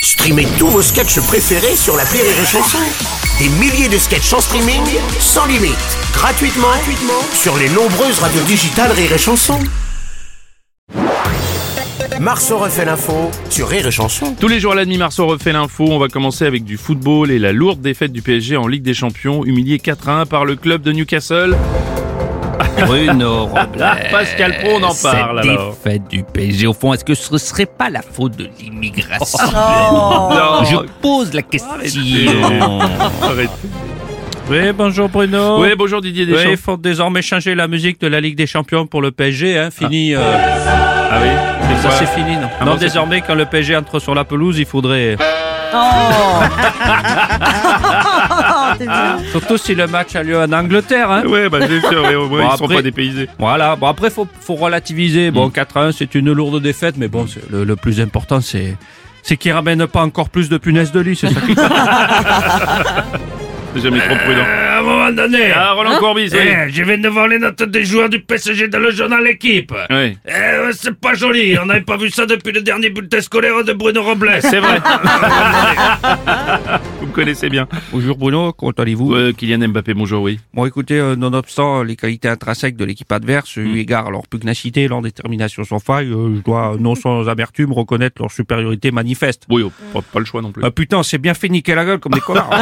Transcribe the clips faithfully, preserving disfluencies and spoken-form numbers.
Streamez tous vos sketchs préférés sur l'appli Rire et Chanson. Des milliers de sketchs en streaming, sans limite, gratuitement, gratuitement sur les nombreuses radios digitales Rire et Chanson. Marceau refait l'info sur Rire et Chanson. Tous les jours à la demi, Marceau refait l'info. On va commencer avec du football et la lourde défaite du P S G en Ligue des Champions, humilié quatre à un par le club de Newcastle. Bruno Robles. Pascal Pro, on en parle Cette alors. défaite du P S G, au fond, est-ce que ce serait pas la faute de l'immigration? Non. Je pose la question. Arrêtez. Oui, bonjour Bruno. Oui, bonjour Didier Oui, Deschamps. il faut désormais changer la musique de la Ligue des Champions pour le P S G, hein, fini. euh, Ah oui, Ça quoi c'est fini, non Ah Non, bon, c'est désormais, quand le P S G entre sur la pelouse, il faudrait... Surtout si le match a lieu en Angleterre, hein. Ouais, bah c'est sûr, ouais, au moins, Bon, ils sont après- pas dépaysés. Voilà, bon après faut, faut relativiser. Bon, quatre à un c'est une lourde défaite, mais bon, c'est, le, le plus important c'est c'est qu'ils ramènent pas encore plus de punaises de lit, c'est ça qui C'est jamais trop prudent. À un moment donné, Ah, Roland Courbis, oui. eh, je viens de voir les notes des joueurs du P S G dans le journal L'équipe. Oui, Eh, c'est pas joli, on n'avait pas vu ça depuis le dernier bulletin scolaire de Bruno Robles. c'est vrai. Vous me connaissez bien. Bonjour Bruno, comment allez-vous? Euh, Kylian Mbappé, bonjour, oui. Bon écoutez, euh, nonobstant les qualités intrinsèques de l'équipe adverse, eu égard à leur pugnacité et leur détermination sans faille, euh, je dois, non sans amertume, reconnaître leur supériorité manifeste. Oui, oh, pas, pas le choix non plus. Ah putain, c'est bien fait niquer la gueule comme des connards.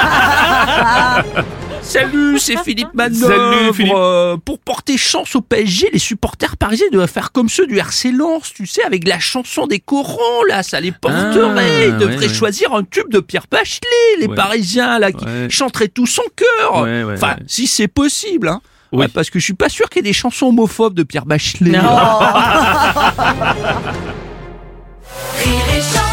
Salut, c'est Philippe Manœuvre. Salut, Philippe. Euh, pour porter chance au P S G, les supporters parisiens doivent faire comme ceux du R C Lens, tu sais, avec la chanson des corons, là, ça les porterait. Ils Ah, devraient ouais, ouais. choisir un tube de Pierre Bachelet, les Ouais. Parisiens, là, qui Ouais. chanteraient tout son cœur. Ouais, ouais, enfin, ouais. si c'est possible, hein. Oui. Ouais, parce que je suis pas sûr qu'il y ait des chansons homophobes de Pierre Bachelet. Rire et chanson.